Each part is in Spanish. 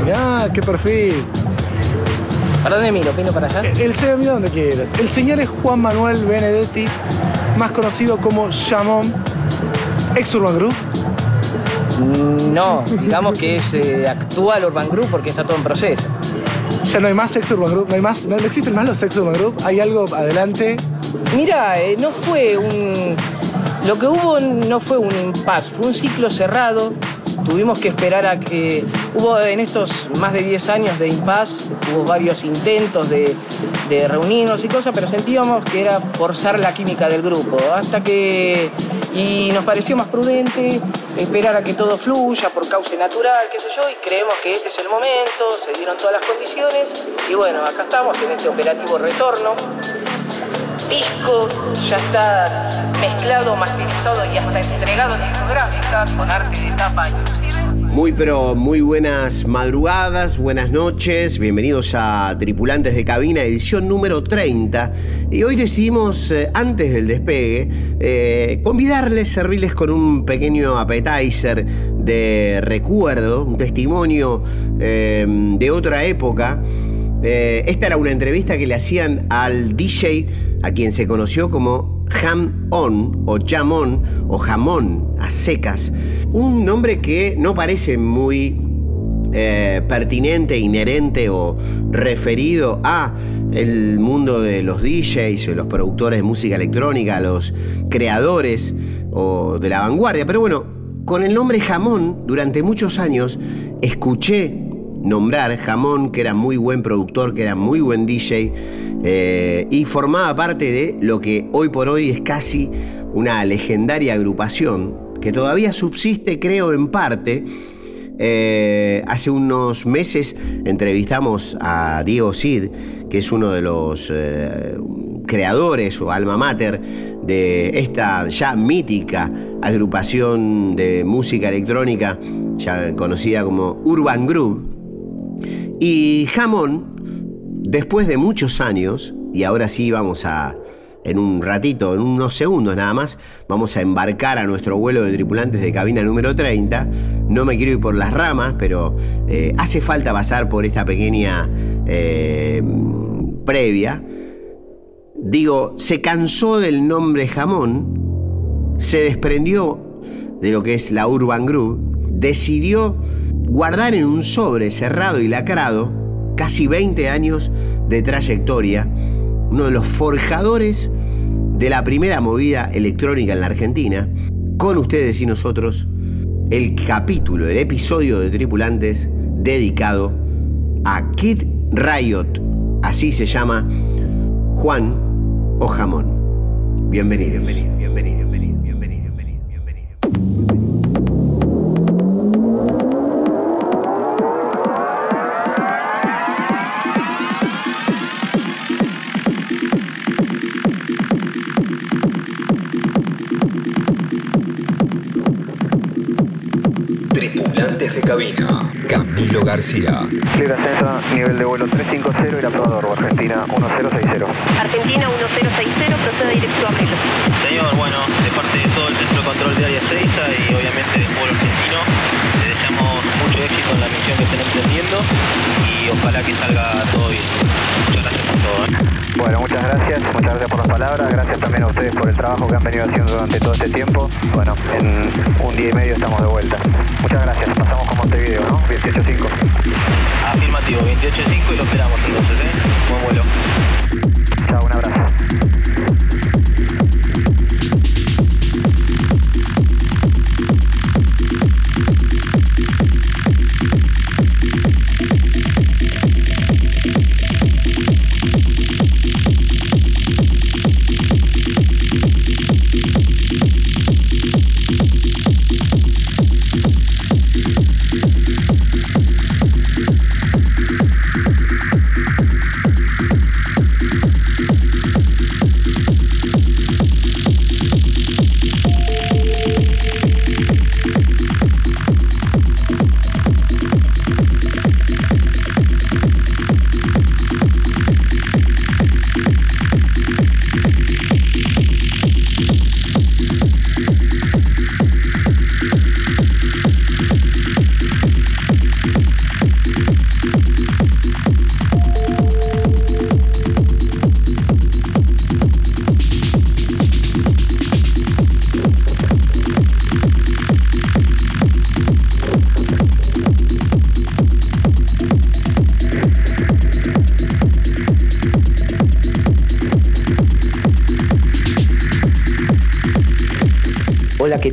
Mirá, qué perfil. ¿Para dónde miro? ¿Pino para allá? Mira donde quieras. El señor es Juan Manuel Benedetti, más conocido como Jamón, ex Urban Group. No, digamos que es actual Urban Group porque está todo en proceso. Ya no hay más ex Urban Group, no existen más los ex Urban Group. ¿Hay algo adelante? Mira, no fue lo que hubo no fue un impasse, fue un ciclo cerrado. Tuvimos que esperar a que... Hubo en estos más de 10 años de impasse, hubo varios intentos de reunirnos y cosas, pero sentíamos que era forzar la química del grupo. Y nos pareció más prudente esperar a que todo fluya por cauce natural, qué sé yo, y creemos que este es el momento, se dieron todas las condiciones, y bueno, acá estamos en este operativo retorno. Disco ya está mezclado, masterizado y hasta entregado en discográfica con arte de tapa inclusive. Muy buenas madrugadas, buenas noches, bienvenidos a Tripulantes de Cabina, edición número 30. Y hoy decidimos, antes del despegue, convidarles, servirles con un pequeño appetizer de recuerdo, un testimonio de otra época. Esta era una entrevista que le hacían al DJ, a quien se conoció como Jam-On o Jamón o Jamón a secas. Un nombre que no parece muy pertinente, inherente o referido a el mundo de los DJs o los productores de música electrónica, los creadores o de la vanguardia. Pero bueno, con el nombre Jamón, durante muchos años escuché nombrar Jamón, que era muy buen productor, que era muy buen DJ, y formaba parte de lo que hoy por hoy es casi una legendaria agrupación que todavía subsiste, creo, en parte. Hace unos meses entrevistamos a Diego Cid, que es uno de los creadores o alma mater de esta ya mítica agrupación de música electrónica, ya conocida como Urban Group. Y Jamón, después de muchos años, y ahora sí en un ratito, en unos segundos nada más, vamos a embarcar a nuestro vuelo de tripulantes de cabina número 30. No me quiero ir por las ramas, pero hace falta pasar por esta pequeña previa. Digo, se cansó del nombre Jamón, se desprendió de lo que es la Urban Group, decidió guardar en un sobre cerrado y lacrado casi 20 años de trayectoria, uno de los forjadores de la primera movida electrónica en la Argentina. Con ustedes y nosotros, el capítulo, el episodio de Tripulantes dedicado a Kid Riot, así se llama, Juan o Jamón. Bienvenido. Tripulantes de cabina, Camilo García. Libre ascenso, nivel de vuelo 350 y la prueba de Orbo, Argentina 1060. Argentina 1060, proceda directo a Melo. Señor, bueno, de parte de todo el centro de control de área 6 y obviamente del pueblo argentino, le deseamos mucho éxito en la misión que estén emprendiendo y ojalá que salga todo bien. Muchas gracias por todo. Bueno, muchas gracias por las palabras, gracias también a ustedes por el trabajo que han venido haciendo durante todo este tiempo. Bueno, en un día y medio estamos de vuelta. Muchas gracias, pasamos con Montevideo, ¿no? 28.5. Afirmativo, 28.5 y lo esperamos entonces, Buen vuelo. Chao, un abrazo.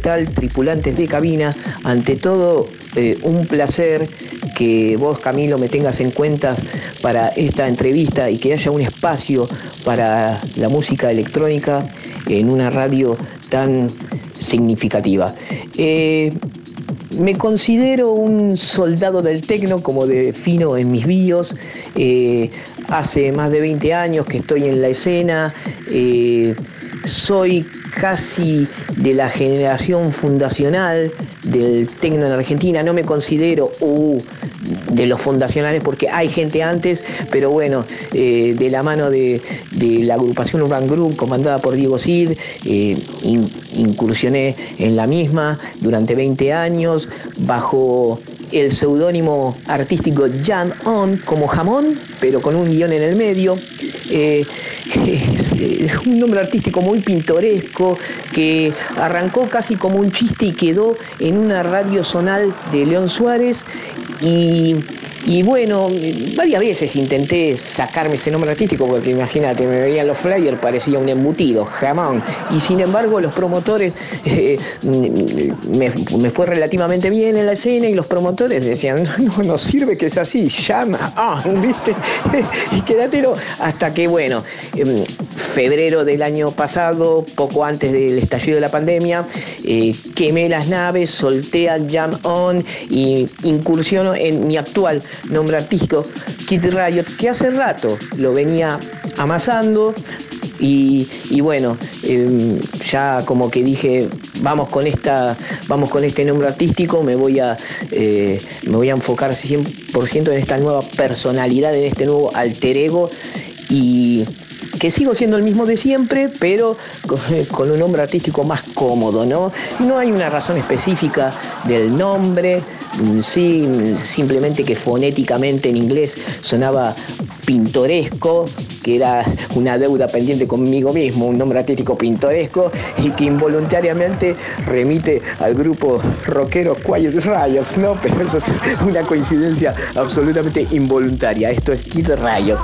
tal, tripulantes de cabina? Ante todo, un placer que vos, Camilo, me tengas en cuenta para esta entrevista y que haya un espacio para la música electrónica en una radio tan significativa. Me considero un soldado del techno, como defino en mis bios. Hace más de 20 años que estoy en la escena. Soy casi de la generación fundacional del techno en Argentina. No me considero de los fundacionales porque hay gente antes, pero bueno, de la mano de la agrupación Urban Group comandada por Diego Cid, incursioné en la misma durante 20 años bajo el seudónimo artístico Jam On, como jamón, pero con un guión en el medio. Es un nombre artístico muy pintoresco que arrancó casi como un chiste y quedó en una radio zonal de León Suárez. Y bueno, varias veces intenté sacarme ese nombre artístico porque imagínate, me veían los flyers, parecía un embutido, jamón. Y sin embargo los promotores, me fue relativamente bien en la escena y los promotores decían, no sirve que es así, llama, ¿viste? Y quédatelo. Hasta que bueno, febrero del año pasado, poco antes del estallido de la pandemia, quemé las naves, solté al Jam On y incursiono en mi actual nombre artístico, Kid Riot, que hace rato lo venía amasando y bueno, ya como que dije, vamos con este nombre artístico, me voy a enfocar 100% en esta nueva personalidad, en este nuevo alter ego, y que sigo siendo el mismo de siempre, pero con un nombre artístico más cómodo, ¿no? No hay una razón específica del nombre, sí, simplemente que fonéticamente en inglés sonaba pintoresco, que era una deuda pendiente conmigo mismo, un nombre artístico pintoresco, y que involuntariamente remite al grupo rockero Quiet Riot, ¿no? Pero eso es una coincidencia absolutamente involuntaria. Esto es Kid Riot.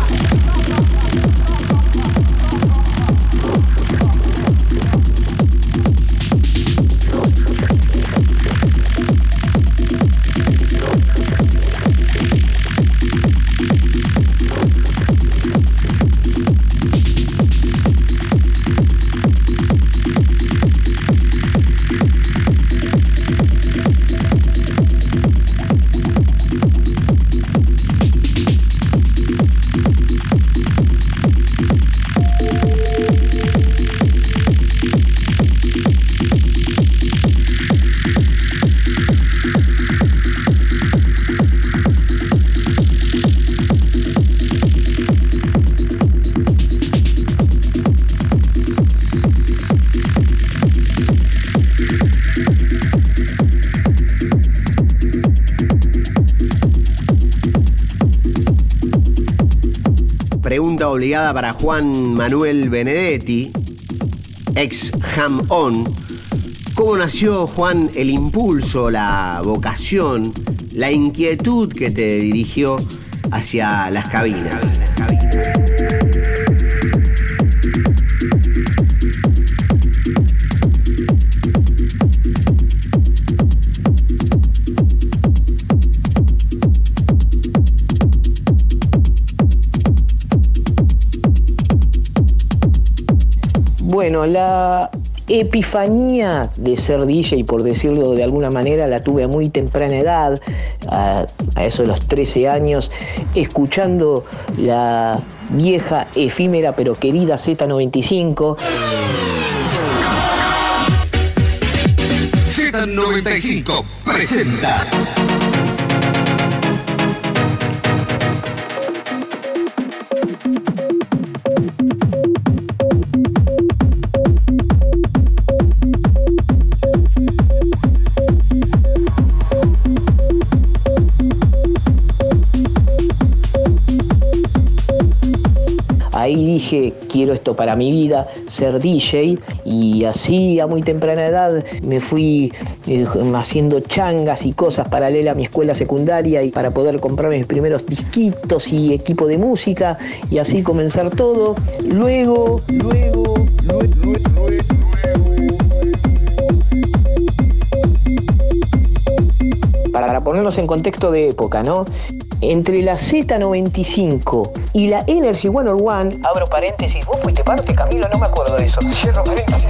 Pregunta obligada para Juan Manuel Benedetti, ex Jam On. ¿Cómo nació, Juan, el impulso, la vocación, la inquietud que te dirigió hacia las cabinas? Bueno, la epifanía de ser DJ, por decirlo de alguna manera, la tuve a muy temprana edad, a eso de los 13 años, escuchando la vieja, efímera pero querida Z95. Z95 presenta Ahí dije, quiero esto para mi vida, ser DJ, y así a muy temprana edad me fui haciendo changas y cosas paralelas a mi escuela secundaria y para poder comprarme mis primeros disquitos y equipo de música y así comenzar todo. Luego para ponernos en contexto de época, ¿no? Entre la Z95 y la Energy 101, abro paréntesis, vos fuiste parte, Camilo, no me acuerdo de eso, cierro paréntesis,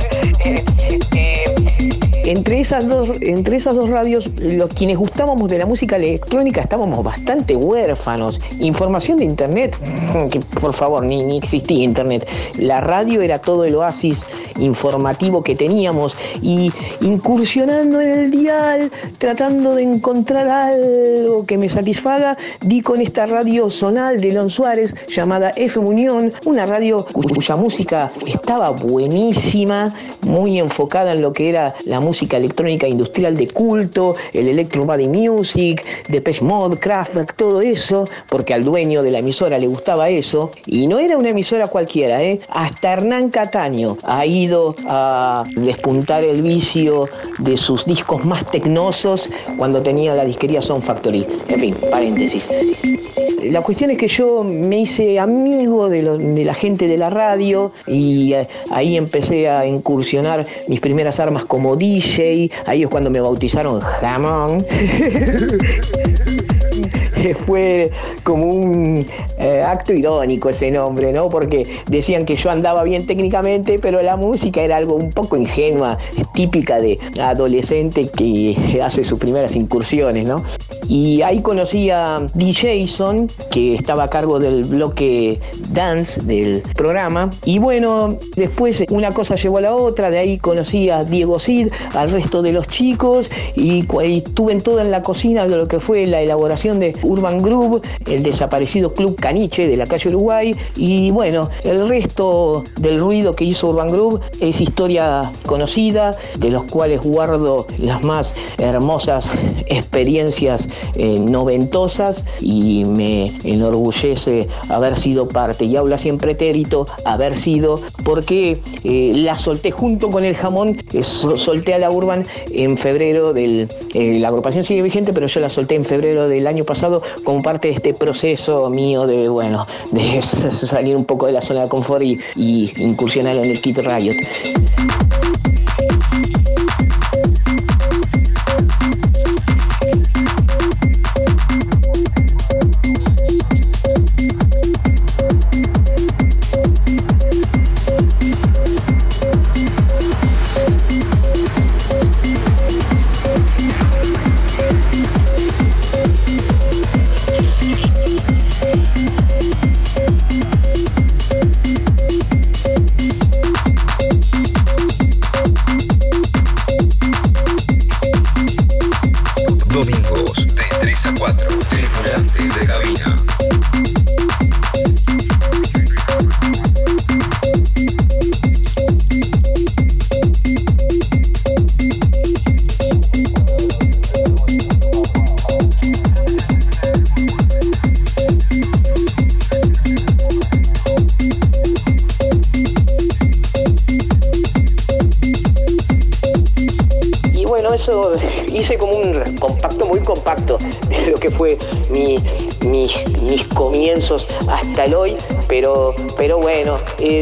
entre esas dos radios, quienes gustábamos de la música electrónica estábamos bastante huérfanos. Información de internet, que por favor, ni existía internet. La radio era todo el oasis informativo que teníamos, y incursionando en el dial, tratando de encontrar algo que me satisfaga, di con esta radio zonal de Lon Suárez llamada FM Unión, una radio cuya música estaba buenísima, muy enfocada en lo que era la música electrónica industrial de culto, el Electro Body Music, Depeche Mode, Kraftwerk, todo eso, porque al dueño de la emisora le gustaba eso, y no era una emisora cualquiera, hasta Hernán Cataño ha ido a despuntar el vicio de sus discos más tecnosos cuando tenía la disquería Sound Factory. En fin, paréntesis. La cuestión es que yo me hice amigo de la gente de la radio, y ahí empecé a incursionar mis primeras armas como DJ. Ahí es cuando me bautizaron Jamón. Fue como un acto irónico ese nombre, ¿no? Porque decían que yo andaba bien técnicamente, pero la música era algo un poco ingenua, típica de adolescente que hace sus primeras incursiones, ¿no? Y ahí conocí a DJson, que estaba a cargo del bloque dance del programa. Y bueno, después una cosa llevó a la otra. De ahí conocí a Diego Cid, al resto de los chicos, y estuve en toda en la cocina de lo que fue la elaboración de Urban Groove, el desaparecido Club Caniche de la calle Uruguay. Y bueno, el resto del ruido que hizo Urban Groove es historia conocida, de los cuales guardo las más hermosas experiencias noventosas, y me enorgullece haber sido parte, y hablo así en pretérito, haber sido, porque la solté junto con el Jamón, solté a la Urban en febrero la agrupación sigue vigente, pero yo la solté en febrero del año pasado como parte de este proceso mío de salir un poco de la zona de confort y incursionar en el Kid Riot. Domingos de 3 a 4, tripulantes de cabina. Eso hice como un compacto muy compacto de lo que fue mis comienzos hasta el hoy, pero bueno,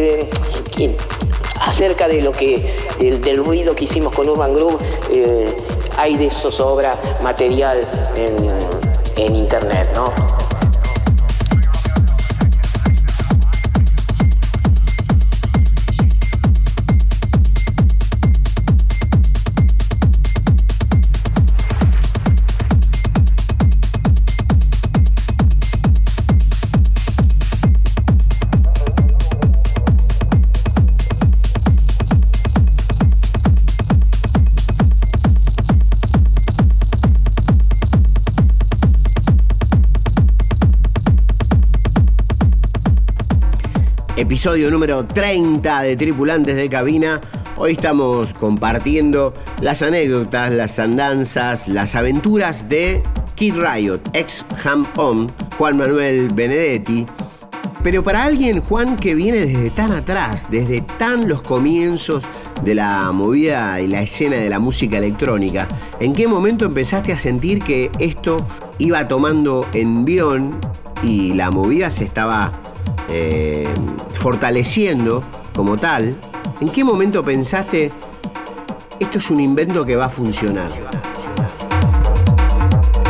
acerca de lo que del ruido que hicimos con Urban Groove, hay de eso sobra material en internet, ¿no? Episodio número 30 de Tripulantes de Cabina. Hoy estamos compartiendo las anécdotas, las andanzas, las aventuras de Kid Riot, ex Ham On, Juan Manuel Benedetti. Pero para alguien, Juan, que viene desde tan atrás, desde tan los comienzos de la movida y la escena de la música electrónica, ¿en qué momento empezaste a sentir que esto iba tomando envión y la movida se estaba fortaleciendo como tal? ¿En qué momento pensaste, esto es un invento que va a funcionar?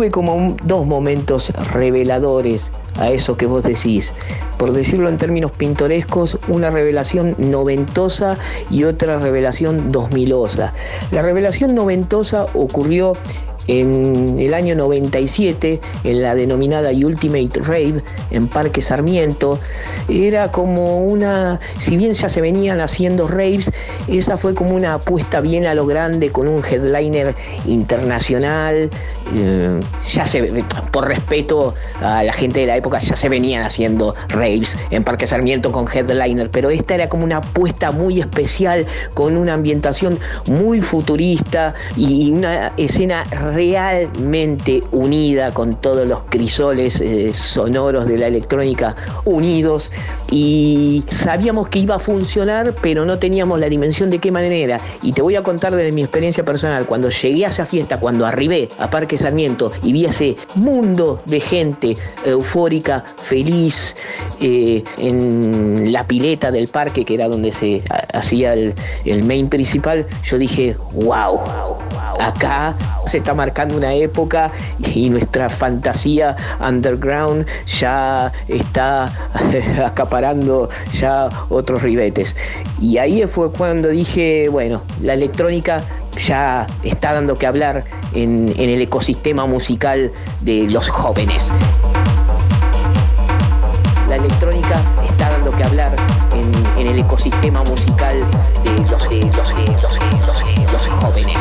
tuve como dos momentos reveladores a eso que vos decís. Por decirlo en términos pintorescos, una revelación noventosa y otra revelación 2000osa. La revelación noventosa ocurrió en el año 97, en la denominada Ultimate Rave, en Parque Sarmiento. Era como una, si bien ya se venían haciendo raves, esa fue como una apuesta bien a lo grande, con un headliner internacional. Por respeto a la gente de la época, ya se venían haciendo raves en Parque Sarmiento con headliner, pero esta era como una apuesta muy especial, con una ambientación muy futurista y una escena realmente unida, con todos los crisoles sonoros de la electrónica unidos, y sabíamos que iba a funcionar, pero no teníamos la dimensión de qué manera. Y te voy a contar desde mi experiencia personal. Cuando llegué a esa fiesta, cuando arribé a Parque Sarmiento y vi ese mundo de gente eufórica, feliz, en la pileta del parque, que era donde se hacía el main principal, yo dije, wow, acá se está marcando una época y nuestra fantasía underground ya está acaparando ya otros ribetes. Y ahí fue cuando dije, bueno, la electrónica ya está dando que hablar en el ecosistema musical de los jóvenes. La electrónica está dando que hablar en el ecosistema musical de los jóvenes.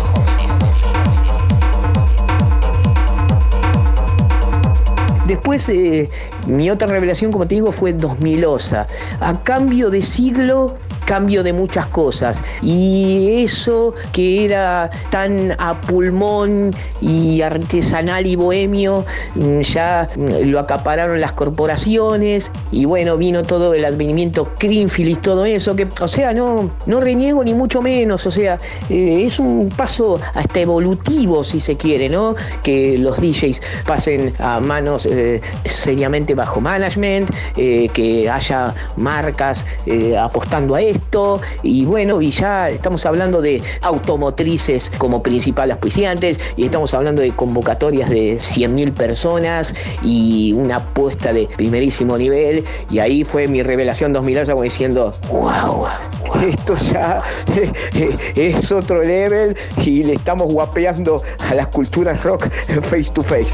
Después, mi otra revelación, como te digo, fue 2000osa. A cambio de siglo, cambio de muchas cosas. Y eso que era tan a pulmón y artesanal y bohemio, ya lo acapararon las corporaciones. Y bueno, vino todo el advenimiento Creamfield y todo eso, que, o sea, no reniego ni mucho menos. O sea, es un paso hasta evolutivo, si se quiere, ¿no? Que los DJs pasen a manos seriamente bajo management, que haya marcas apostando a esto, y bueno, y ya estamos hablando de automotrices como principal auspiciantes, y estamos hablando de convocatorias de 100.000 personas y una apuesta de primerísimo nivel. Y ahí fue mi revelación 2000, como diciendo, wow, esto ya es otro level, y le estamos guapeando a las culturas rock face to face.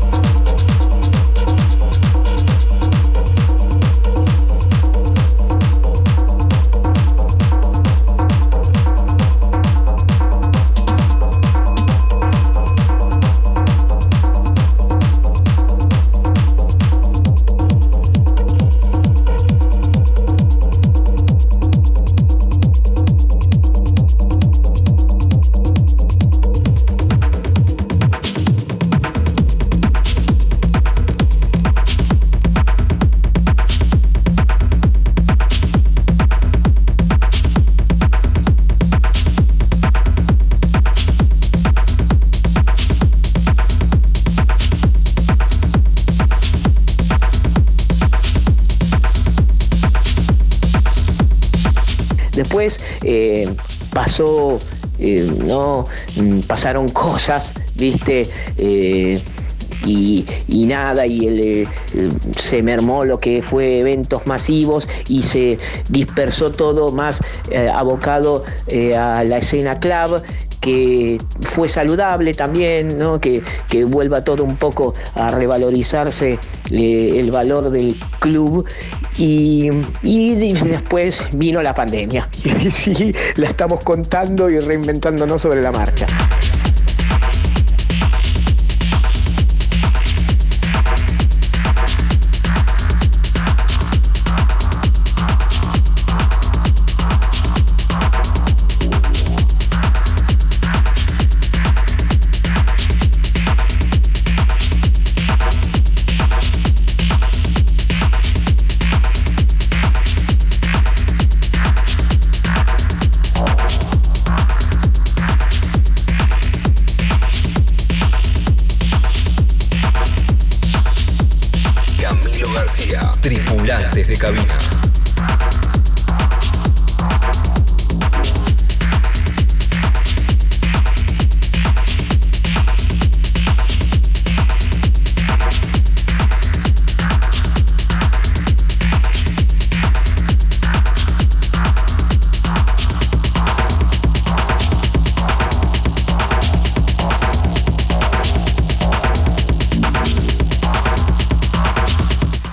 Después pasaron cosas, ¿viste? Y nada, y se mermó lo que fue eventos masivos y se dispersó todo más abocado a la escena club, que fue saludable también, ¿no? Que vuelva todo un poco a revalorizarse el valor del club. Y después vino la pandemia. Y sí, la estamos contando y reinventándonos sobre la marcha.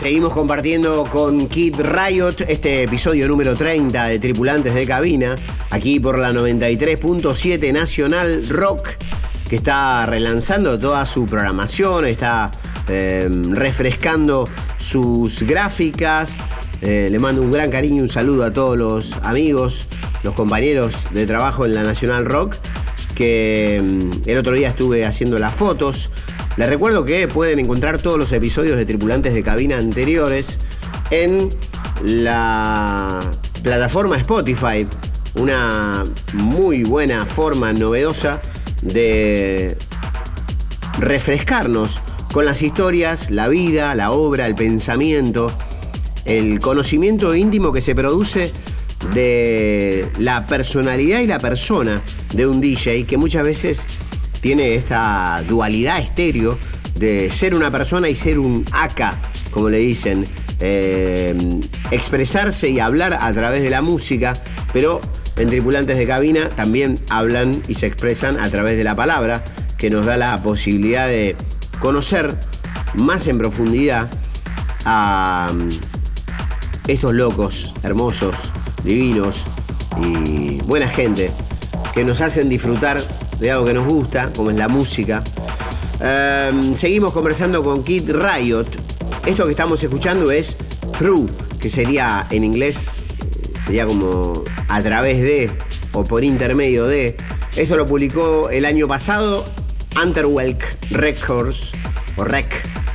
Seguimos compartiendo con Kid Riot este episodio número 30 de Tripulantes de Cabina, aquí por la 93.7 Nacional Rock, que está relanzando toda su programación, está refrescando sus gráficas. Le mando un gran cariño y un saludo a todos los amigos, los compañeros de trabajo en la Nacional Rock, que el otro día estuve haciendo las fotos. Les recuerdo que pueden encontrar todos los episodios de Tripulantes de Cabina anteriores en la plataforma Spotify, una muy buena forma novedosa de refrescarnos con las historias, la vida, la obra, el pensamiento, el conocimiento íntimo que se produce de la personalidad y la persona de un DJ, que muchas veces tiene esta dualidad estéreo de ser una persona y ser un AK, como le dicen, expresarse y hablar a través de la música, pero en Tripulantes de Cabina también hablan y se expresan a través de la palabra, que nos da la posibilidad de conocer más en profundidad a estos locos, hermosos, divinos y buena gente que nos hacen disfrutar de algo que nos gusta, como es la música. Seguimos conversando con Kid Riot. Esto que estamos escuchando es Through, que sería en inglés, sería como a través de o por intermedio de. Esto lo publicó el año pasado Unterwelk Records o Rec.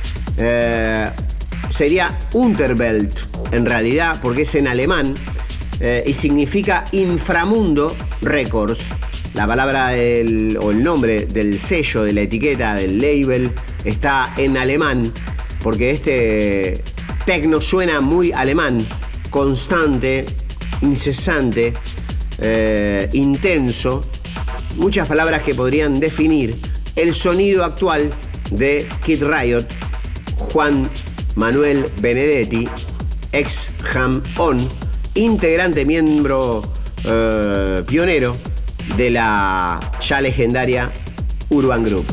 Sería Unterwelt en realidad, porque es en alemán y significa Inframundo Records. La palabra o el nombre del sello, de la etiqueta, del label, está en alemán, porque este techno suena muy alemán, constante, incesante, intenso. Muchas palabras que podrían definir el sonido actual de Kid Riot, Juan Manuel Benedetti, ex Jam On, integrante, miembro pionero de la ya legendaria Urban Group.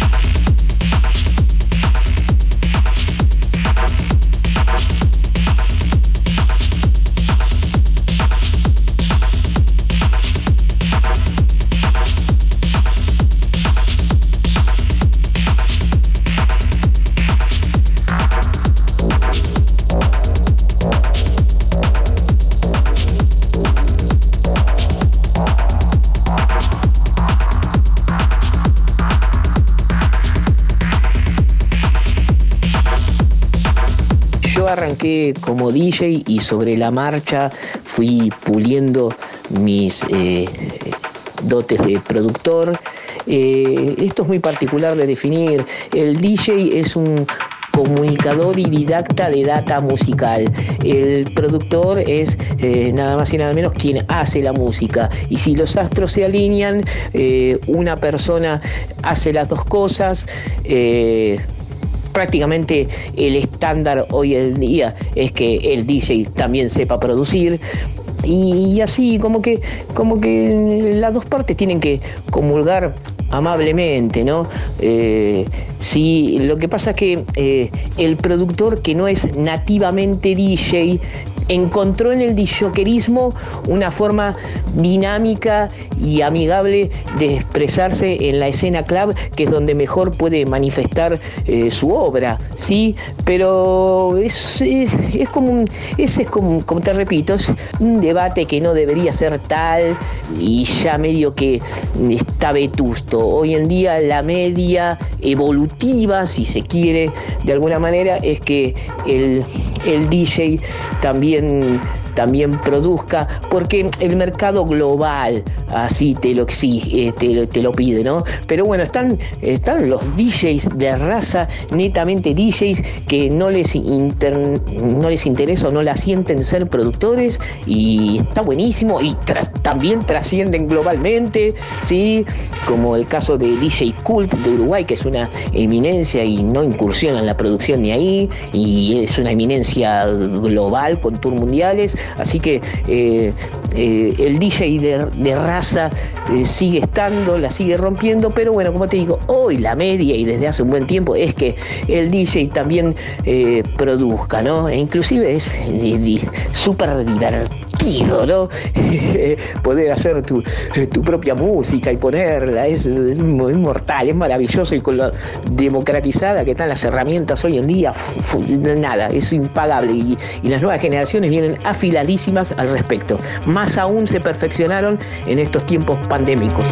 Arranqué como DJ y sobre la marcha fui puliendo mis dotes de productor. Esto es muy particular de definir. El DJ es un comunicador y didacta de data musical. El productor es nada más y nada menos quien hace la música. Y si los astros se alinean, una persona hace las dos cosas. Prácticamente el estándar hoy en día es que el DJ también sepa producir, y así como que las dos partes tienen que comulgar amablemente, ¿no? Sí, lo que pasa es que el productor que no es nativamente DJ encontró en el disjoquerismo una forma dinámica y amigable de expresarse en la escena club, que es donde mejor puede manifestar su obra, ¿sí? Pero como te repito, es un debate que no debería ser tal y ya medio que está vetusto. Hoy en día la media evolutiva, si se quiere, de alguna manera, es que el DJ también produzca, porque el mercado global así te lo exige, te lo pide, ¿no? Pero bueno, están los DJs de raza, netamente DJs, que no les interesa o no la sienten ser productores, y está buenísimo, y también trascienden globalmente, ¿sí? Como el caso de DJ Cult de Uruguay, que es una eminencia y no incursiona en la producción ni ahí, y es una eminencia global con tours mundiales. Así que el DJ de raza sigue estando, la sigue rompiendo, pero bueno, como te digo, hoy la media y desde hace un buen tiempo es que el DJ también produzca, ¿no? E inclusive es súper divertido, ¿no? Poder hacer tu propia música y ponerla, es mortal, es maravilloso, y con lo democratizada que están las herramientas hoy en día, nada, es impagable, y las nuevas generaciones vienen afiladísimas al respecto. Más aún se perfeccionaron en estos tiempos pandémicos.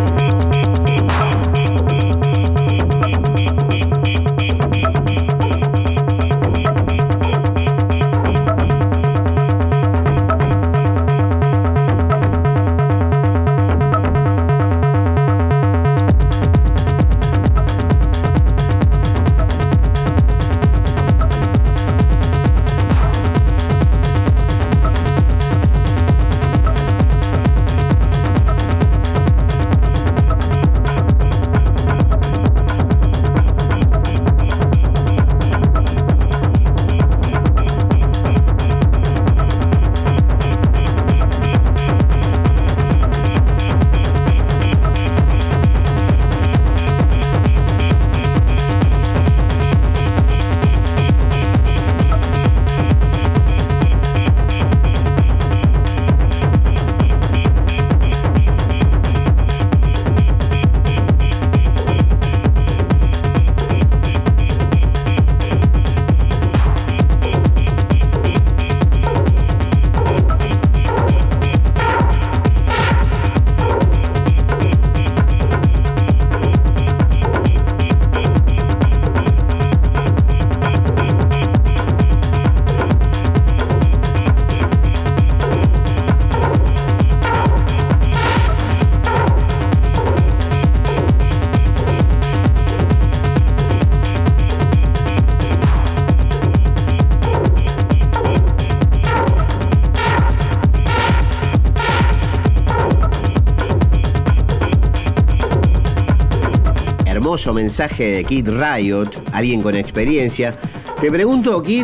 Hermoso mensaje de Kid Riot, alguien con experiencia. Te pregunto, Kid,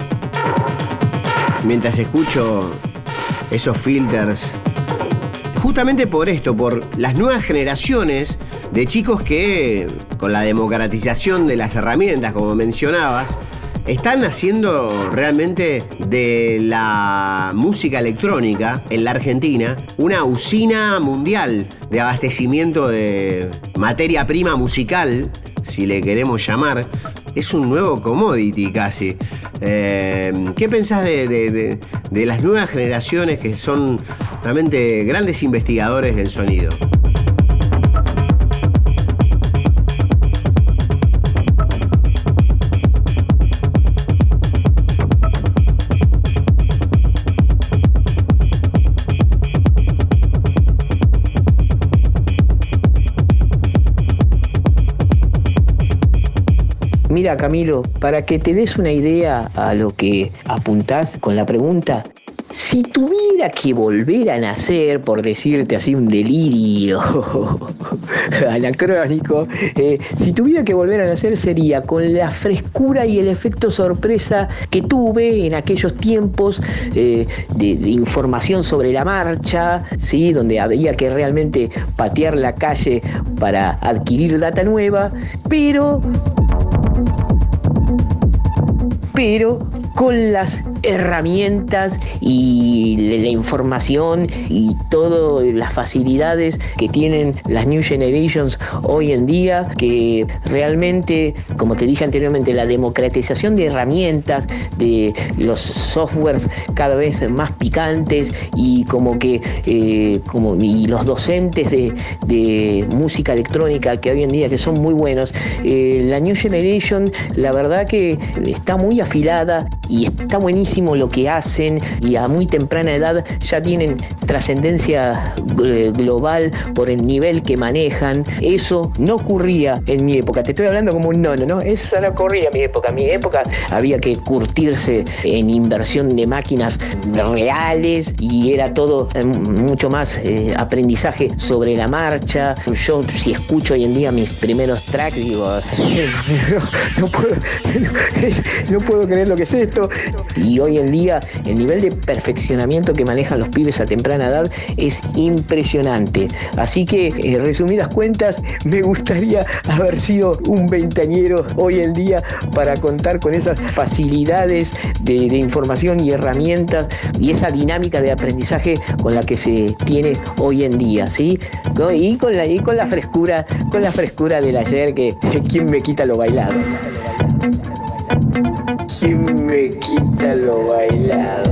mientras escucho esos filters, justamente por esto, por las nuevas generaciones de chicos que, con la democratización de las herramientas, como mencionabas, están haciendo realmente de la música electrónica en la Argentina una usina mundial de abastecimiento de materia prima musical, si le queremos llamar. Es un nuevo commodity casi. ¿Qué pensás de las nuevas generaciones que son realmente grandes investigadores del sonido? Mira, Camilo, para que te des una idea a lo que apuntás con la pregunta, si tuviera que volver a nacer, por decirte así, un delirio anacrónico, si tuviera que volver a nacer sería con la frescura y el efecto sorpresa que tuve en aquellos tiempos de información sobre la marcha, ¿sí? Donde había que realmente patear la calle para adquirir data nueva, pero con las herramientas y la información y todas las facilidades que tienen las New Generations hoy en día, que realmente, como te dije anteriormente, la democratización de herramientas, de los softwares cada vez más picantes, y y los docentes de música electrónica que hoy en día que son muy buenos, la New Generation, la verdad que está muy afilada y está buenísimo lo que hacen, y a muy temprana edad ya tienen trascendencia audiencia global por el nivel que manejan. Eso no ocurría en mi época. Te estoy hablando como un nono, ¿no? Eso no ocurría en mi época. En mi época había que curtirse en inversión de máquinas reales y era todo mucho más aprendizaje sobre la marcha. Yo, si escucho hoy en día mis primeros tracks, digo, no puedo creer lo que es esto. Y hoy en día el nivel de perfeccionamiento que manejan los pibes a temprana edad es impresionante. Así que, resumidas cuentas, me gustaría haber sido un veinteañero hoy en día para contar con esas facilidades de información y herramientas y esa dinámica de aprendizaje con la que se tiene hoy en día, ¿sí? Y con la frescura del ayer, que ¿quién me quita lo bailado? ¿Quién me quita lo bailado?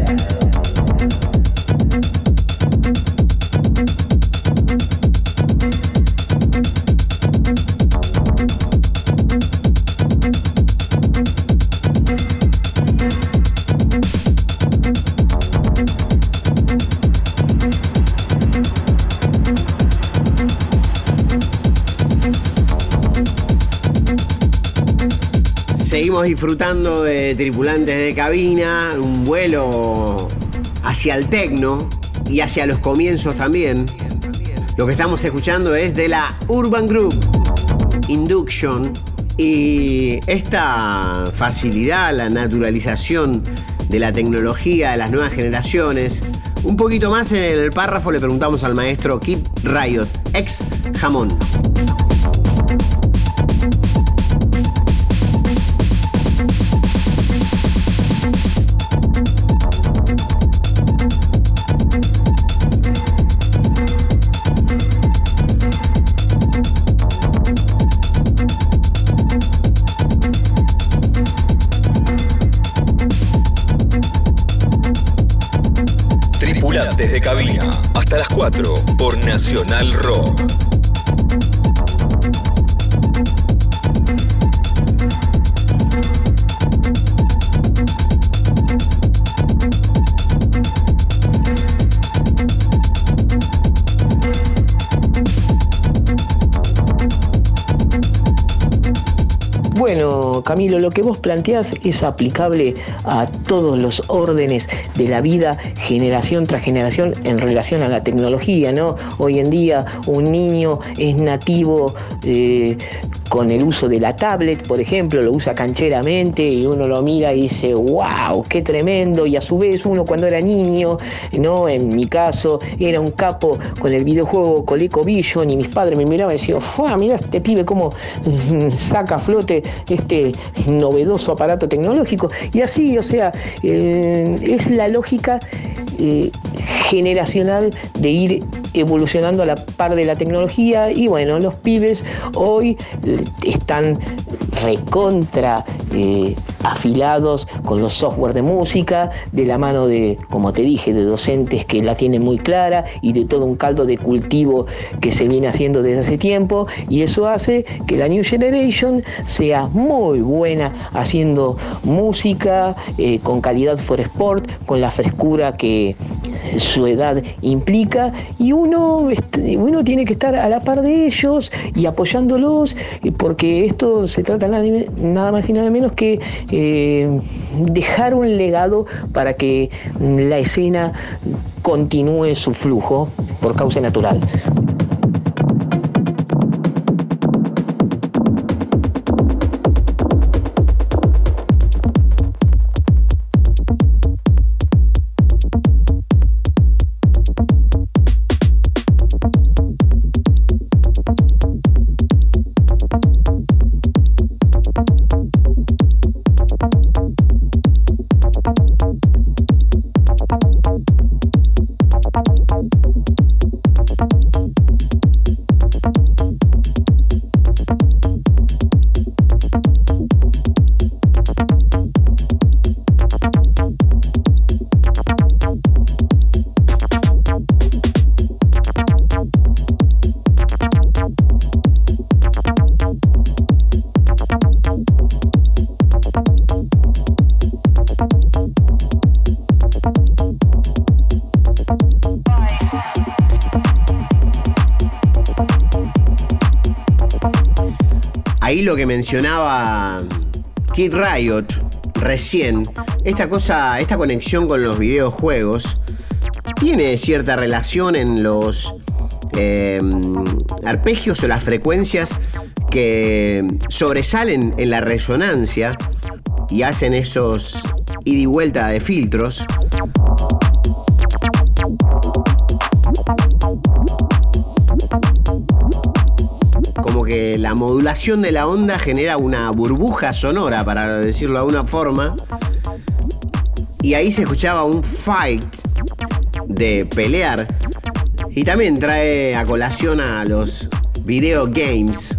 Seguimos disfrutando de Tripulantes de Cabina, un vuelo hacia el techno y hacia los comienzos también. Lo que estamos escuchando es de la Urban Group, Induction, y esta facilidad, la naturalización de la tecnología de las nuevas generaciones. Un poquito más en el párrafo le preguntamos al maestro Kid Riot, ex Jamón. Tripulantes de Cabina, hasta las 4 por Nacional Rock. Bueno, Camilo, lo que vos planteás es aplicable a todos los órdenes de la vida, generación tras generación, en relación a la tecnología, ¿no? Hoy en día un niño es nativo con el uso de la tablet, por ejemplo, lo usa cancheramente y uno lo mira y dice, wow, qué tremendo. Y a su vez uno, cuando era niño, ¿no? En mi caso, era un capo con el videojuego ColecoVision y mis padres me miraban y decían, mira este pibe cómo saca a flote este novedoso aparato tecnológico. Y así, o sea, es la lógica generacional de ir evolucionando a la par de la tecnología. Y bueno, los pibes hoy están recontra afilados con los software de música, de la mano de, como te dije, de docentes que la tienen muy clara y de todo un caldo de cultivo que se viene haciendo desde hace tiempo, y eso hace que la New Generation sea muy buena haciendo música con calidad for sport, con la frescura que su edad implica, y uno tiene que estar a la par de ellos y apoyándolos, porque esto se trata nada más y nada menos que dejar un legado para que la escena continúe su flujo por causa natural. ahí lo que mencionaba Kid Riot recién, esta conexión con los videojuegos, tiene cierta relación en los arpegios o las frecuencias que sobresalen en la resonancia y hacen esos ida y vuelta de filtros. Como que la modulación de la onda genera una burbuja sonora, para decirlo de alguna forma. Y ahí se escuchaba un fight de pelear. Y también trae a colación a los video games.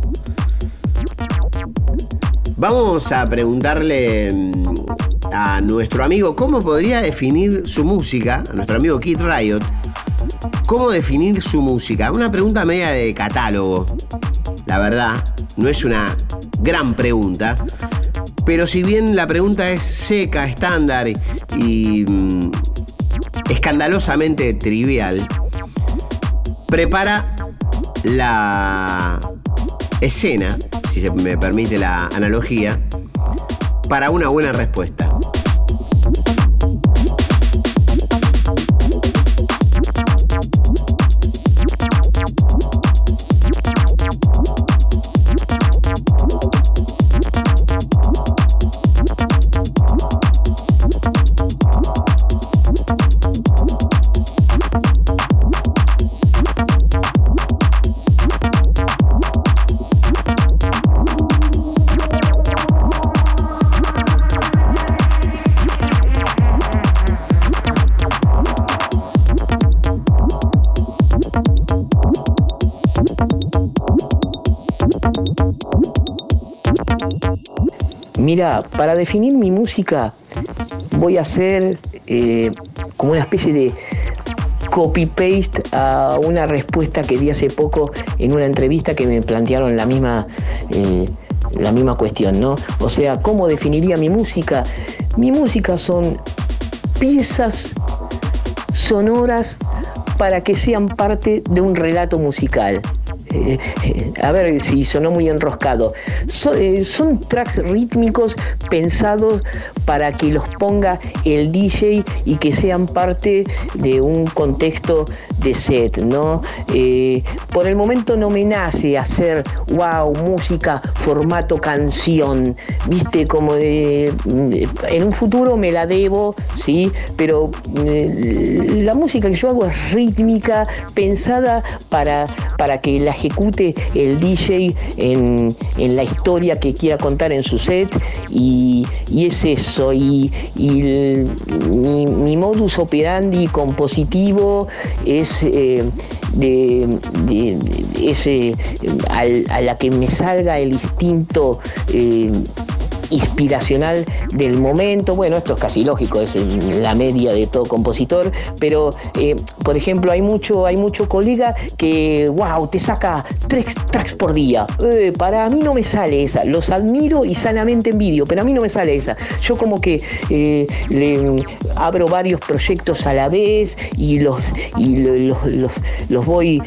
Vamos a preguntarle a nuestro amigo cómo podría definir su música, a nuestro amigo Kid Riot, cómo definir su música. Una pregunta media de catálogo. La verdad, no es una gran pregunta, pero si bien la pregunta es seca, estándar y escandalosamente trivial, prepara la escena, si se me permite la analogía, para una buena respuesta. Mira, para definir mi música voy a hacer como una especie de copy-paste a una respuesta que di hace poco en una entrevista que me plantearon la misma cuestión, ¿no? O sea, ¿cómo definiría mi música? Mi música son piezas sonoras para que sean parte de un relato musical. A ver si sonó muy enroscado. Son tracks rítmicos pensados para que los ponga el DJ y que sean parte de un contexto de set, ¿no? Por el momento no me nace hacer música formato canción, viste, como en un futuro me la debo, sí, pero la música que yo hago es rítmica, pensada para que la ejecute el DJ en la historia que quiera contar en su set, y es eso, y mi modus operandi compositivo es a la que me salga el instinto inspiracional del momento. Bueno, esto es casi lógico, es la media de todo compositor, pero por ejemplo hay mucho colega que te saca 3 tracks por día. Para mí no me sale esa, los admiro y sanamente envidio, pero a mí no me sale esa. Yo como que le abro varios proyectos a la vez y los voy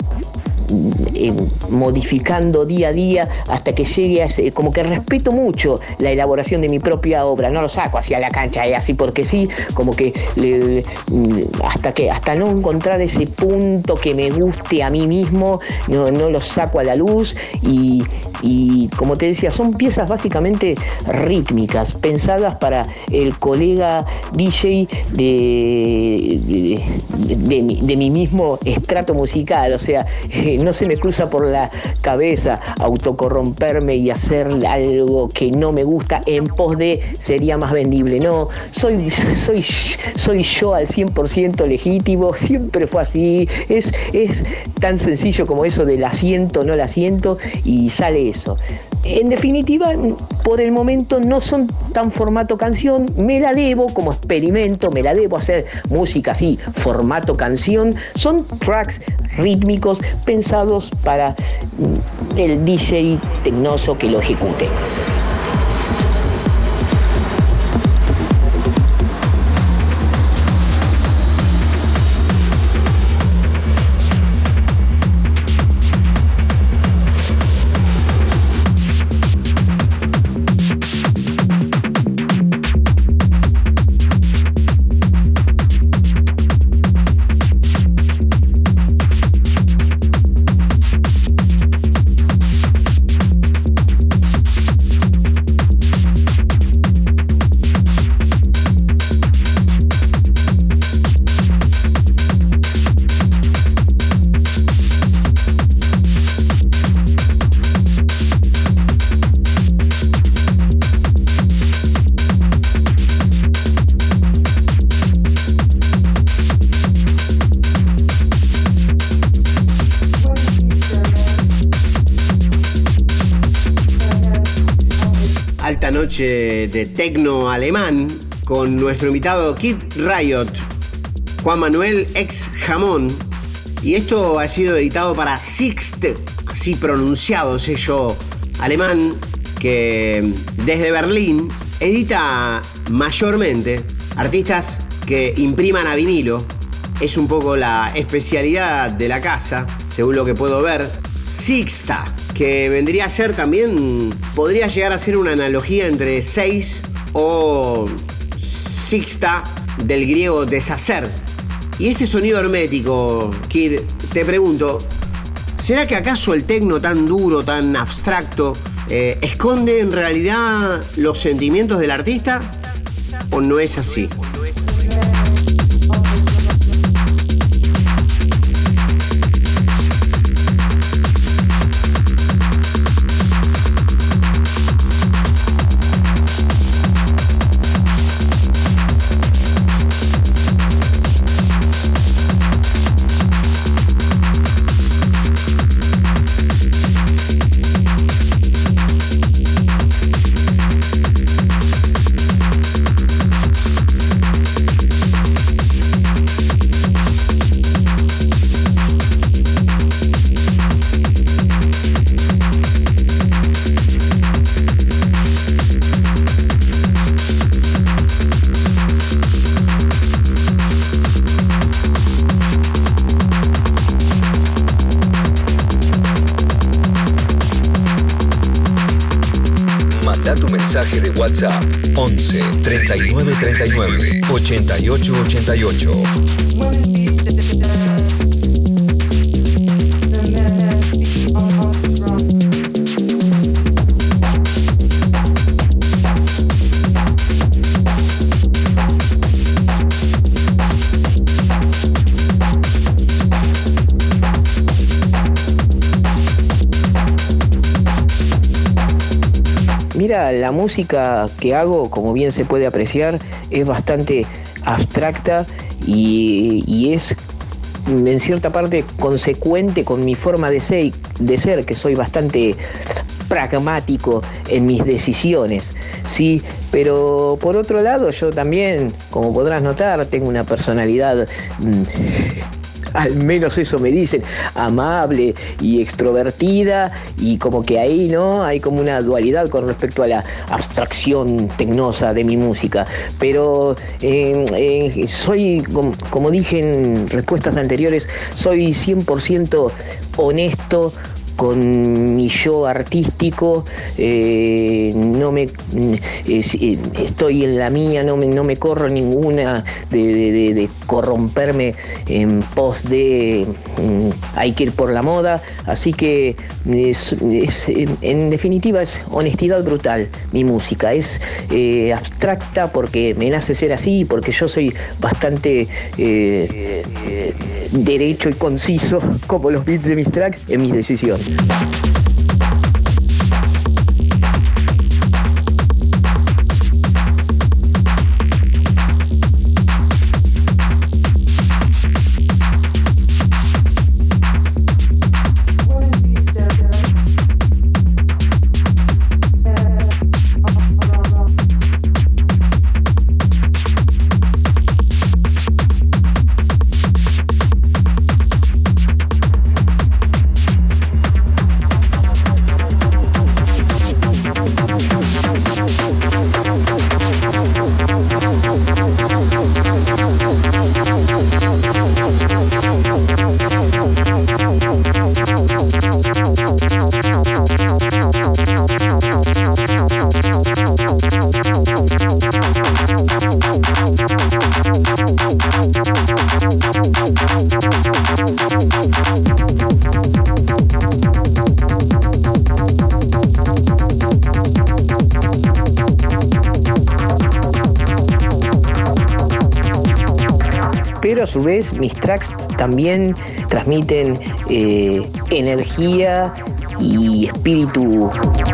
modificando día a día hasta que llegue a ese, como que respeto mucho la elaboración de mi propia obra, no lo saco hacia la cancha así porque sí, como que hasta no encontrar ese punto que me guste a mí mismo, no lo saco a la luz, y como te decía, son piezas básicamente rítmicas pensadas para el colega DJ de mi mismo estrato musical. O sea, no se me cruza por la cabeza autocorromperme y hacer algo que no me gusta en pos de sería más vendible. No, soy yo al 100% legítimo, siempre fue así. Es tan sencillo como eso del asiento, no la asiento, y sale eso. En definitiva, por el momento no son tan formato canción, me la debo como experimento, me la debo hacer música así, formato canción. Son tracks rítmicos pensados para el DJ tecnoso que lo ejecute. esta noche de tecno alemán con nuestro invitado Kid Riot, Juan Manuel ex Jamón. Y esto ha sido editado para Sixt, así pronunciado, sello alemán que desde Berlín edita mayormente artistas que impriman a vinilo. Es un poco la especialidad de la casa, según lo que puedo ver. Sixta, que vendría a ser también, podría llegar a ser una analogía entre 6 o sixta, del griego deshacer. Y este sonido hermético, Kid, te pregunto, ¿será que acaso el tecno tan duro, tan abstracto, esconde en realidad los sentimientos del artista? ¿O no es así? Mensaje de WhatsApp 11 39 39 88 88. Mira, la música que hago, como bien se puede apreciar, es bastante abstracta y es en cierta parte consecuente con mi forma de ser, que soy bastante pragmático en mis decisiones, ¿sí? Pero por otro lado, yo también, como podrás notar, tengo una personalidad al menos eso me dicen, amable y extrovertida, y como que ahí, ¿no? Hay como una dualidad con respecto a la abstracción tecnosa de mi música. Pero soy, como dije en respuestas anteriores, soy 100% honesto con mi yo artístico, estoy en la mía, no me corro ninguna de corromperme en pos de hay que ir por la moda, así que en definitiva es honestidad brutal mi música, es abstracta porque me nace ser así, porque yo soy bastante derecho y conciso como los beats de mis tracks en mis decisiones. Pero a su vez mis tracks también transmiten energía y espíritu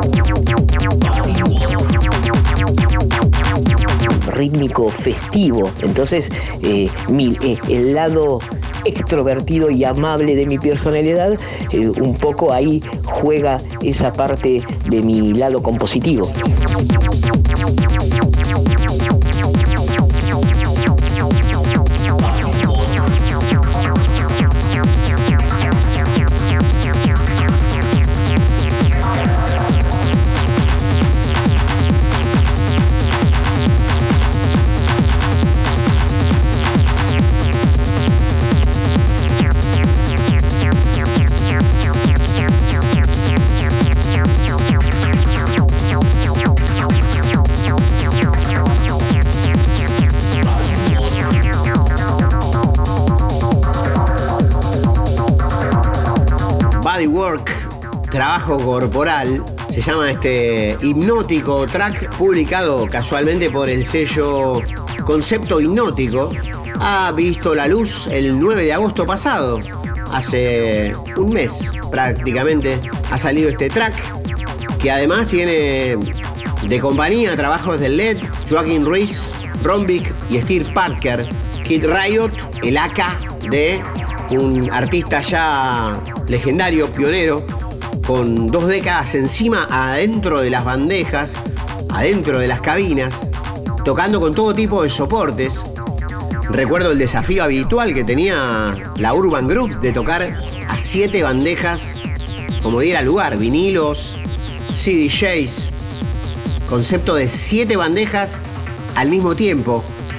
rítmico festivo. Entonces el lado extrovertido y amable de mi personalidad un poco ahí juega esa parte de mi lado compositivo. Trabajo corporal, se llama este hipnótico track, publicado casualmente por el sello Concepto Hipnótico. Ha visto la luz el 9 de agosto pasado, hace un mes prácticamente ha salido este track, que además tiene de compañía trabajos de Led, Joaquin Ruiz, Rombic y Steve Parker. Kid Riot, el AK de un artista ya legendario, pionero, con 2 décadas encima, adentro de las bandejas, adentro de las cabinas, tocando con todo tipo de soportes. Recuerdo el desafío habitual que tenía la Urban Group de tocar a 7 bandejas como diera lugar, vinilos, CDJs, concepto de 7 bandejas al mismo tiempo,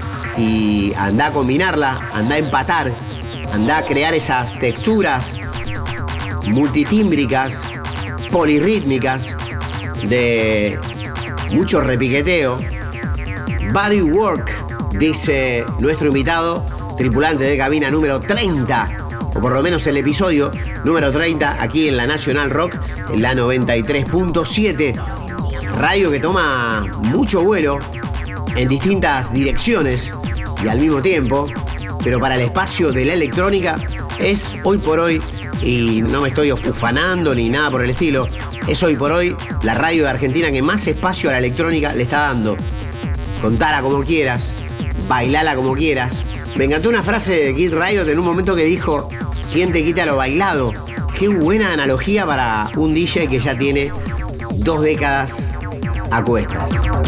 y andá a combinarla, andá a empatar, andá a crear esas texturas multitímbricas, polirrítmicas, de mucho repiqueteo. Bodywork, dice nuestro invitado, tripulante de cabina número 30, o por lo menos el episodio número 30, aquí en la Nacional Rock, en la 93.7, radio que toma mucho vuelo en distintas direcciones y al mismo tiempo, pero para el espacio de la electrónica es hoy por hoy, y no me estoy ufanando ni nada por el estilo, es hoy por hoy la radio de Argentina que más espacio a la electrónica le está dando. Contala como quieras, bailala como quieras. Me encantó una frase de Kid Riot en un momento que dijo: ¿quién te quita lo bailado? Qué buena analogía para un DJ que ya tiene 2 décadas a cuestas.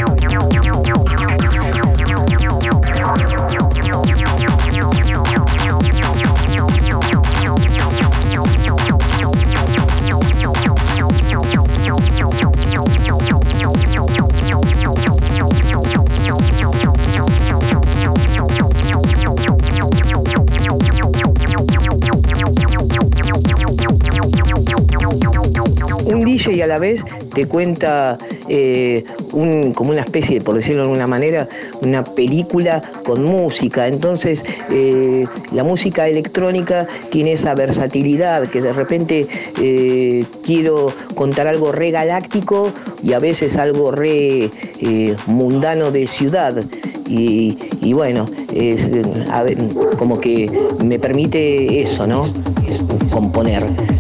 Un DJ y a la vez te cuenta como una especie, por decirlo de alguna manera, una película con música. Entonces la música electrónica tiene esa versatilidad, que de repente quiero contar algo re galáctico y a veces algo re mundano de ciudad. Y bueno, a ver, como que me permite eso, ¿no? Componer.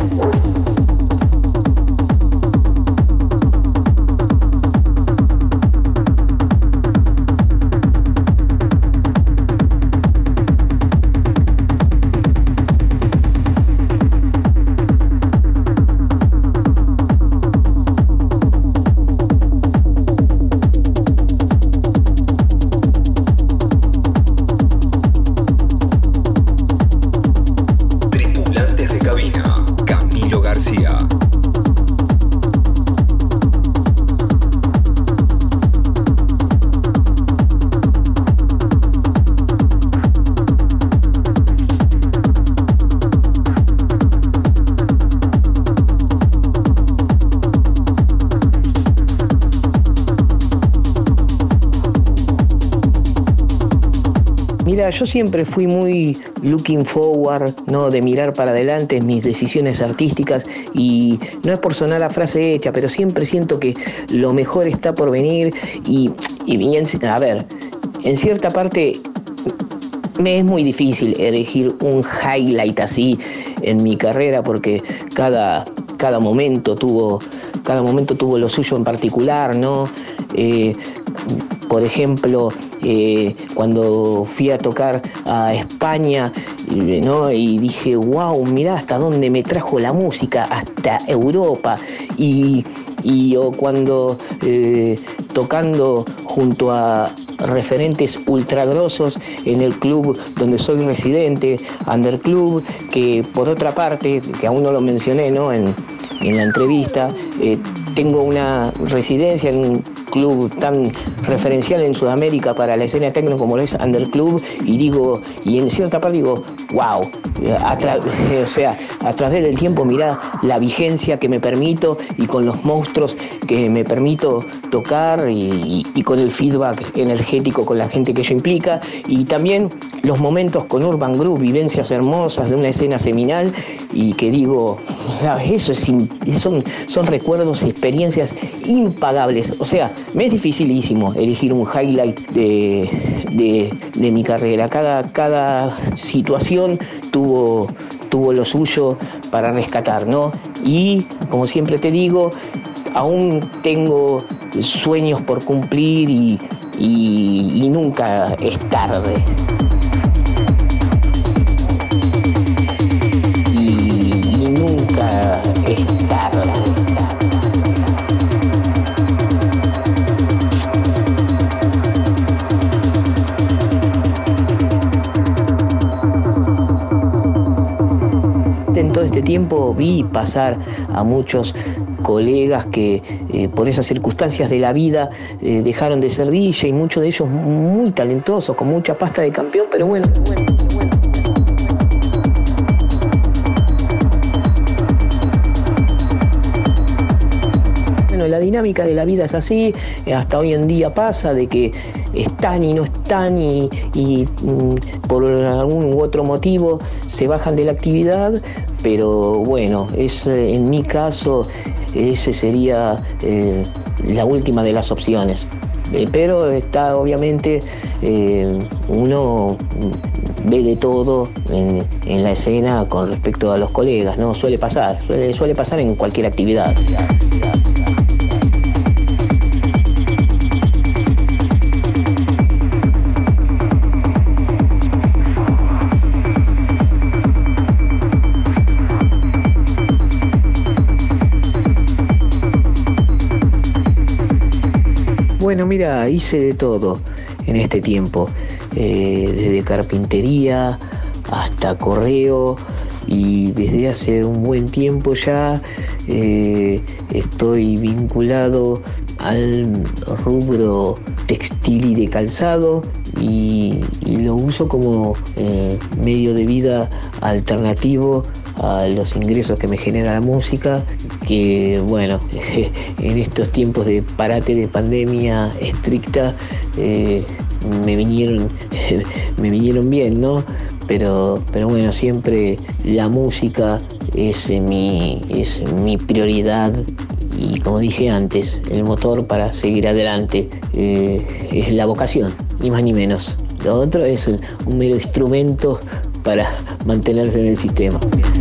Mira, yo siempre fui muy looking forward, ¿no? De mirar para adelante en mis decisiones artísticas, y no es por sonar a frase hecha, pero siempre siento que lo mejor está por venir y a ver, en cierta parte me es muy difícil elegir un highlight así en mi carrera, porque cada momento tuvo lo suyo en particular, ¿no? Por ejemplo, cuando fui a tocar a España, ¿no? Y dije, wow, mirá hasta dónde me trajo la música, hasta Europa. O cuando tocando junto a referentes ultragrosos en el club donde soy residente, Under Club, que por otra parte, que aún no lo mencioné, ¿no?, en la entrevista, tengo una residencia en un club tan referencial en Sudamérica para la escena techno como lo es Under Club, y en cierta parte digo, wow, a través del tiempo mirá la vigencia que me permito y con los monstruos que me permito tocar y con el feedback energético con la gente que ello implica, y también los momentos con Urban Group, vivencias hermosas de una escena seminal, y que digo, eso son recuerdos y experiencias impagables. O sea, me es dificilísimo elegir un highlight de mi carrera. Cada situación tuvo lo suyo para rescatar, ¿no? Y, como siempre te digo, aún tengo sueños por cumplir y nunca es tarde. Y nunca es tarde. En todo este tiempo vi pasar a muchos colegas que por esas circunstancias de la vida dejaron de ser DJ, y muchos de ellos muy talentosos, con mucha pasta de campeón, pero bueno. Bueno, la dinámica de la vida es así, hasta hoy en día pasa de que están y no están y por algún u otro motivo se bajan de la actividad, pero bueno, en mi caso ese sería la última de las opciones. Pero está obviamente, uno ve de todo en la escena con respecto a los colegas, ¿no? Suele pasar en cualquier actividad. Bueno, mira, hice de todo en este tiempo, desde carpintería hasta correo, y desde hace un buen tiempo ya estoy vinculado al rubro textil y de calzado, y lo uso como medio de vida alternativo a los ingresos que me genera la música, que bueno, en estos tiempos de parate de pandemia estricta me vinieron bien, ¿no? Pero bueno, siempre la música es mi prioridad, y como dije antes, el motor para seguir adelante es la vocación, ni más ni menos. Lo otro es un mero instrumento para mantenerse en el sistema.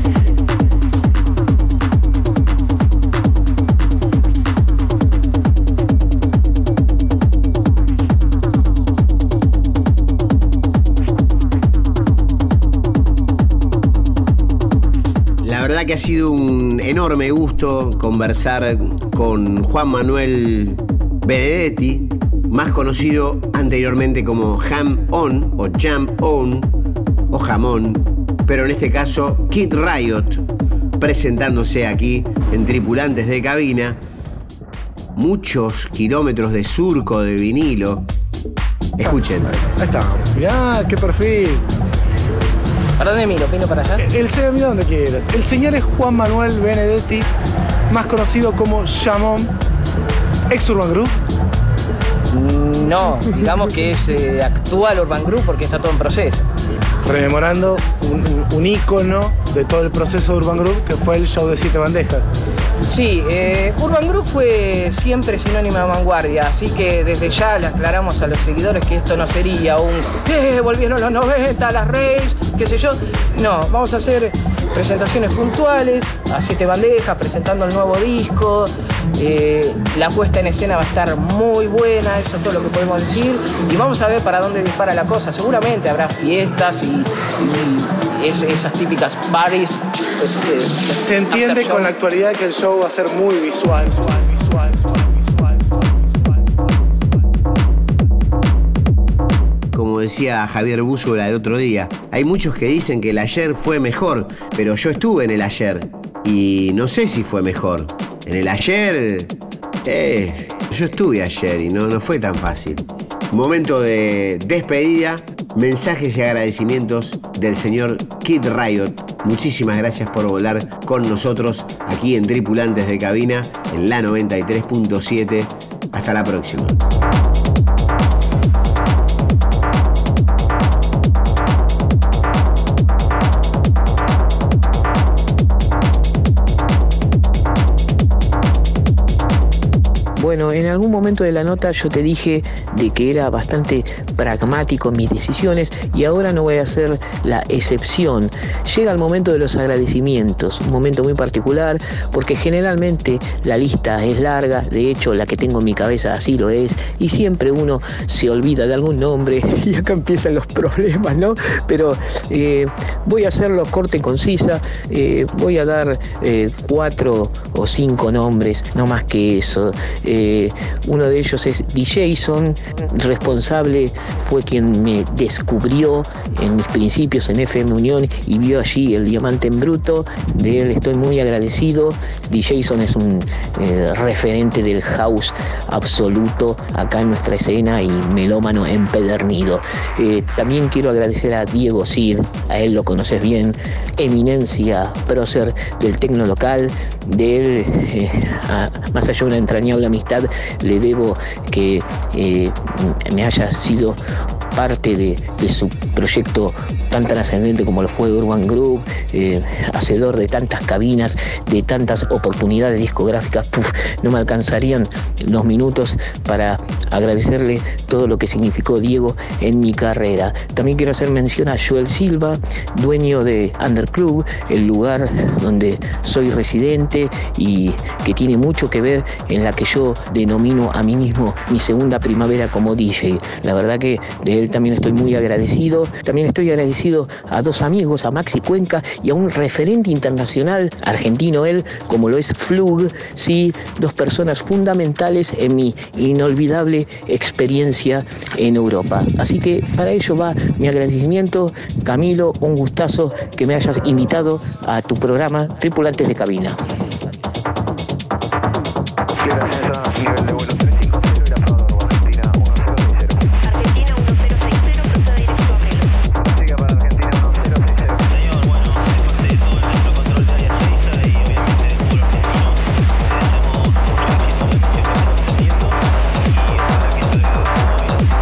La verdad que ha sido un enorme gusto conversar con Juan Manuel Benedetti, más conocido anteriormente como Jam On o Jam On o Jamón, pero en este caso Kid Riot, presentándose aquí en Tripulantes de Cabina. Muchos kilómetros de surco de vinilo. Escuchen. Ahí está. Mirá, qué perfil. ¿Para dónde miro? ¿Pino para allá? Mira donde quieras. El señor es Juan Manuel Benedetti, más conocido como Jamón, ex Urban Group. No, digamos que es actual Urban Group porque está todo en proceso. Rememorando un ícono de todo el proceso de Urban Group, que fue el show de 7 bandejas. Sí, Urban Group fue siempre sinónimo de vanguardia, así que desde ya le aclaramos a los seguidores que esto no sería un volvieron los 90, las raves, qué sé yo. No, vamos a hacer presentaciones puntuales a 7 bandejas, presentando el nuevo disco. La puesta en escena va a estar muy buena, eso es todo lo que podemos decir, y vamos a ver para dónde dispara la cosa. Seguramente habrá fiestas y esas típicas parties. Se entiende con la actualidad que el show va a ser muy visual. decía Javier Búzola el otro día. Hay muchos que dicen que el ayer fue mejor, pero yo estuve en el ayer y no sé si fue mejor. En el ayer, yo estuve ayer y no fue tan fácil. Momento de despedida, mensajes y agradecimientos del señor Kid Riot. Muchísimas gracias por volar con nosotros aquí en Tripulantes de Cabina, en la 93.7. Hasta la próxima. Bueno, en algún momento de la nota yo te dije de que era bastante pragmático en mis decisiones y ahora no voy a hacer la excepción. Llega el momento de los agradecimientos, un momento muy particular porque generalmente la lista es larga, de hecho la que tengo en mi cabeza así lo es y siempre uno se olvida de algún nombre y acá empiezan los problemas, ¿no? Pero voy a hacerlo corta y concisa, voy a dar 4 o 5 nombres, no más que eso. Uno de ellos es DJson, responsable, fue quien me descubrió en mis principios en FM Unión y vio allí el diamante en bruto. De él estoy muy agradecido. DJson es un referente del house absoluto acá en nuestra escena y melómano empedernido. También quiero agradecer a Diego Cid, a él lo conoces bien, eminencia prócer del tecno local. De él, más allá de una entrañable amistad, le debo que me haya sido parte de su proyecto tan trascendente como lo fue Urban Group, hacedor de tantas cabinas, de tantas oportunidades discográficas. No me alcanzarían los minutos para agradecerle todo lo que significó Diego en mi carrera. También quiero hacer mención a Joel Silva, dueño de Underclub, el lugar donde soy residente y que tiene mucho que ver en la que yo denomino a mí mismo mi segunda primavera como DJ. La verdad que de él también estoy muy agradecido. También estoy agradecido a 2 amigos, a Maxi Cuenca y a un referente internacional argentino él, como lo es Flug, sí, 2 personas fundamentales en mi inolvidable experiencia en Europa. Así que para ello va mi agradecimiento. Camilo, un gustazo que me hayas invitado a tu programa Tripulantes de Cabina. Gracias, nivel de vuelo 350 y grafado Argentina 1060. Argentina 1060, proceda directo a Brelos. Siga para Argentina 1060. Señor, bueno, de parte de todo el centro de control de área 6 y obviamente del pueblo argentino, deseamos mucho éxito en la misión que están emprendiendo y ojalá que salga todo bien.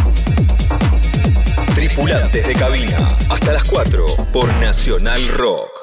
Tripulantes de Cabina, hasta las 4 por Nacional Rock.